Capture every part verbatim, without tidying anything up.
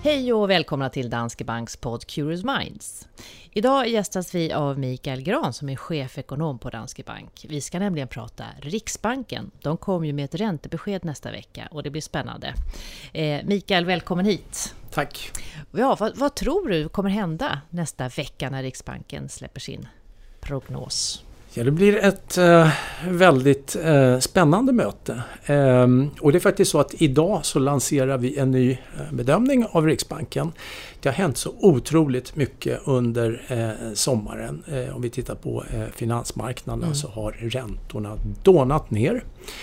Hej och välkomna till Danske Banks podd Curious Minds. Idag gästas vi av Mikael Gran som är chefekonom på Danske Bank. Vi ska nämligen prata Riksbanken. De kommer ju med ett räntebesked nästa vecka och det blir spännande. Eh, Mikael, välkommen hit. Tack. Ja, vad, vad tror du kommer hända nästa vecka när Riksbanken släpper sin prognos? Ja, det blir ett eh, väldigt eh, spännande möte. Eh, och det är faktiskt så att idag så lanserar vi en ny eh, bedömning av Riksbanken. Det har hänt så otroligt mycket under eh, sommaren. Eh, om vi tittar på eh, finansmarknaden mm. så har räntorna dånat ner.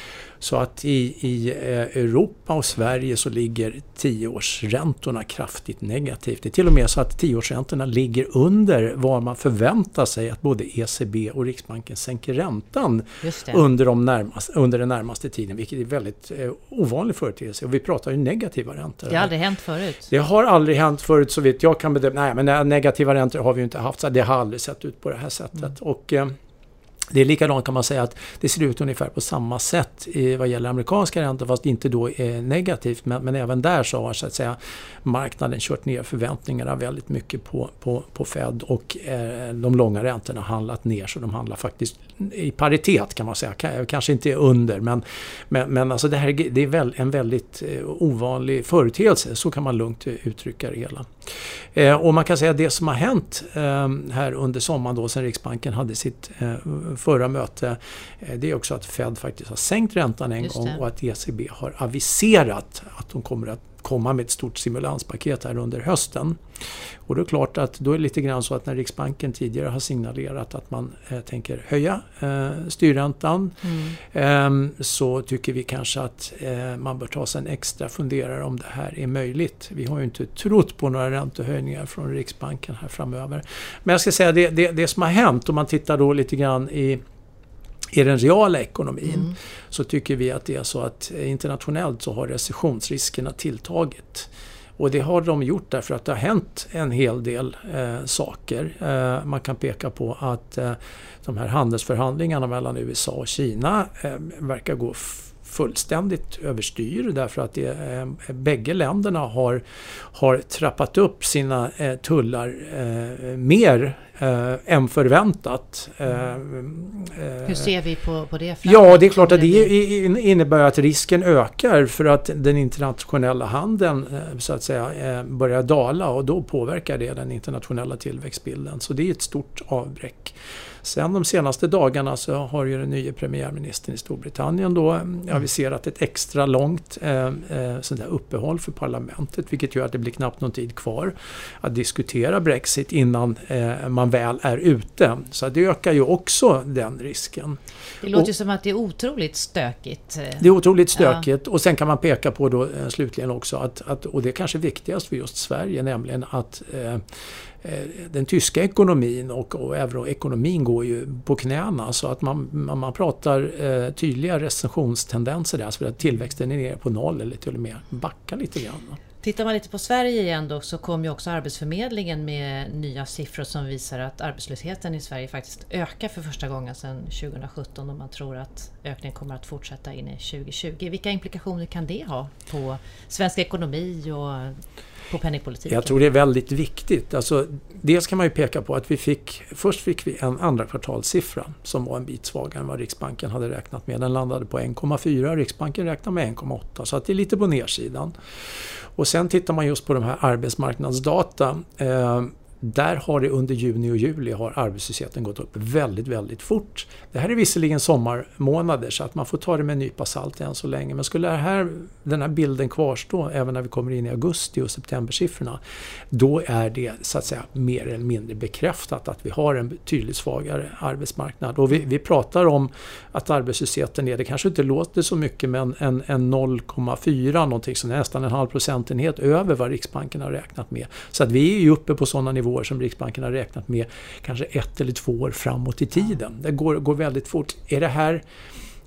Så att i, i Europa och Sverige så ligger tioårsräntorna kraftigt negativt. Det är till och med så att tioårsräntorna ligger under vad man förväntar sig att både E C B och Riksbanken sänker räntan under, de närmaste, under den närmaste tiden. Vilket är väldigt eh, ovanlig företeelse. Och vi pratar ju negativa räntor. Det har aldrig hänt förut. Det har aldrig hänt förut så vitt jag kan bedöma. Nej, men negativa räntor har vi ju inte haft. Så det har aldrig sett ut på det här sättet. Mm. Och... Eh, Det är likadant kan man säga att det ser ut ungefär på samma sätt i vad gäller amerikanska räntor fast inte då är negativt. Men, men även där så har så att säga, marknaden kört ner förväntningarna väldigt mycket på, på, på Fed och eh, de långa räntorna har handlat ner så de handlar faktiskt i paritet kan man säga. Kanske inte under men, men, men alltså det här det är väl en väldigt eh, ovanlig företeelse så kan man lugnt uttrycka det hela. Eh, och man kan säga att det som har hänt eh, här under sommaren då sen Riksbanken hade sitt eh, förra möte, det är också att Fed faktiskt har sänkt räntan en gång och att E C B har aviserat att de kommer att komma med ett stort stimulanspaket här under hösten. Och det är klart att då är det lite grann så att när Riksbanken tidigare har signalerat att man eh, tänker höja eh, styrräntan mm. eh, så tycker vi kanske att eh, man bör ta sig en extra funderare om det här är möjligt. Vi har ju inte trott på några räntehöjningar från Riksbanken här framöver. Men jag ska säga det, det, det som har hänt om man tittar då lite grann i I den reala ekonomin mm. så tycker vi att det är så att internationellt så har recessionsriskerna tilltagit. Och det har de gjort därför att det har hänt en hel del eh, saker. Eh, man kan peka på att eh, de här handelsförhandlingarna mellan U S A och Kina eh, verkar gå f- fullständigt överstyr därför att det, eh, bägge länderna har, har trappat upp sina eh, tullar eh, mer eh, än förväntat. Eh, eh, Hur ser vi på, på det? Ja, det är klart att det innebär att risken ökar för att den internationella handeln eh, så att säga eh, börjar dala och då påverkar det den internationella tillväxtbilden. Så det är ett stort avbräck. Sen de senaste dagarna så har ju den nya premiärministern i Storbritannien då mm. aviserat ett extra långt eh, sånt där uppehåll för parlamentet vilket gör att det blir knappt någon tid kvar att diskutera Brexit innan eh, man väl är ute. Så det ökar ju också den risken. Det låter ju och, som att det är otroligt stökigt. Det är otroligt stökigt ja. Och sen kan man peka på då eh, slutligen också att, att, och det är kanske viktigast för just Sverige nämligen att eh, den tyska ekonomin och, och euroekonomin går ju på knäna så att man, man pratar eh, tydliga recessionstendenser där så att tillväxten är nere på noll eller till och med backar lite grann. Tittar man lite på Sverige igen då så kom ju också Arbetsförmedlingen med nya siffror som visar att arbetslösheten i Sverige faktiskt ökar för första gången sedan tjugosjutton och man tror att ökningen kommer att fortsätta in i tjugohundratjugo. Vilka implikationer kan det ha på svensk ekonomi och på penningpolitiken? Jag tror det är väldigt viktigt. Alltså, dels kan man ju peka på att vi fick, först fick vi en andra kvartalssiffra som var en bit svagare än vad Riksbanken hade räknat med. Den landade på en komma fyra, Riksbanken räknade med en komma åtta så att det är lite på nedsidan. Och sen tittar man just på de här arbetsmarknadsdata. Eh, där har det under juni och juli har arbetslösheten gått upp väldigt, väldigt fort. Det här är visserligen sommarmånader så att man får ta det med en nypa salt än så länge. Men skulle det här, den här bilden kvarstå även när vi kommer in i augusti och septembersiffrorna, då är det så att säga mer eller mindre bekräftat att vi har en tydligt svagare arbetsmarknad. Och vi, vi pratar om att arbetslösheten är, det kanske inte låter så mycket, men en, en noll komma fyra, någonting som är nästan en halv procentenhet över vad Riksbanken har räknat med. Så att vi är ju uppe på sådana nivåer som Riksbanken har räknat med kanske ett eller två år framåt i tiden. Det går, går väldigt fort. Är det här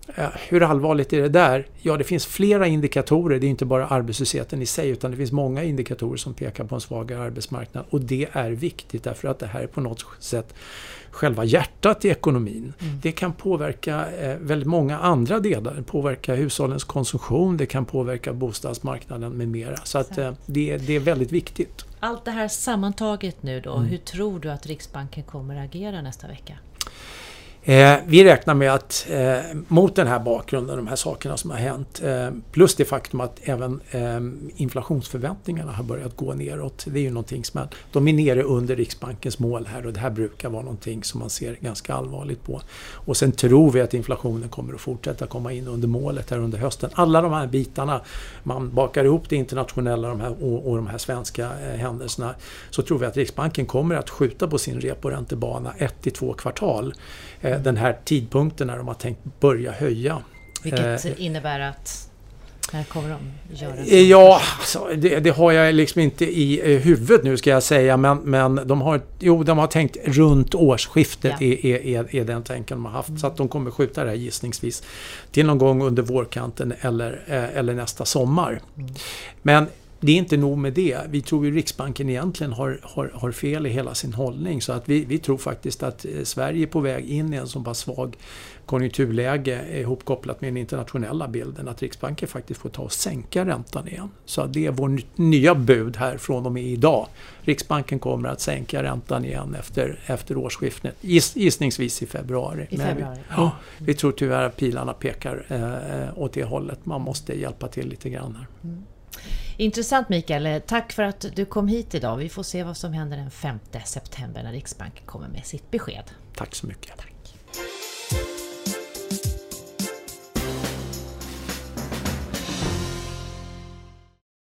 Hur allvarligt är det där? Ja, det finns flera indikatorer. Det är inte bara arbetslösheten i sig, utan det finns många indikatorer som pekar på en svagare arbetsmarknad. Och det är viktigt därför att det här är på något sätt själva hjärtat i ekonomin. Mm. Det kan påverka eh, väldigt många andra delar. Det påverkar hushållens konsumtion, det kan påverka bostadsmarknaden med mera. Så att, eh, det, det är väldigt viktigt. Allt det här sammantaget nu då, mm. hur tror du att Riksbanken kommer att agera nästa vecka? Eh, vi räknar med att eh, mot den här bakgrunden, de här sakerna som har hänt, eh, plus det faktum att även eh, inflationsförväntningarna har börjat gå neråt. Det är ju någonting som är, de är nere under Riksbankens mål här, och det här brukar vara någonting som man ser ganska allvarligt på. Och sen tror vi att inflationen kommer att fortsätta komma in under målet här under hösten. Alla de här bitarna, man bakar ihop det internationella de här, och, och de här svenska eh, händelserna, så tror vi att Riksbanken kommer att skjuta på sin reporäntebana ett till två kvartal. Den här tidpunkten när de har tänkt börja höja. Vilket eh, innebär att när kommer de göra så? Ja, alltså, det, det har jag liksom inte i huvudet nu ska jag säga, men, men de, har, jo, de har tänkt runt årsskiftet ja. är, är, är den tanken de har haft. Mm. Så att de kommer skjuta det här gissningsvis till någon gång under vårkanten eller, eller nästa sommar. Mm. Men det är inte nog med det. Vi tror ju Riksbanken egentligen har, har, har fel i hela sin hållning. Så att vi, vi tror faktiskt att Sverige är på väg in i en så pass svag konjunkturläge ihopkopplat med den internationella bilden. Att Riksbanken faktiskt får ta och sänka räntan igen. Så det är vår nya bud här från och med idag. Riksbanken kommer att sänka räntan igen efter, efter årsskiftet. Giss, gissningsvis i februari. I februari. Vi, ja, vi tror tyvärr att pilarna pekar eh, åt det hållet. Man måste hjälpa till lite grann här. Mm. Intressant Mikael, tack för att du kom hit idag. Vi får se vad som händer den femte september när Riksbanken kommer med sitt besked. Tack så mycket. Tack.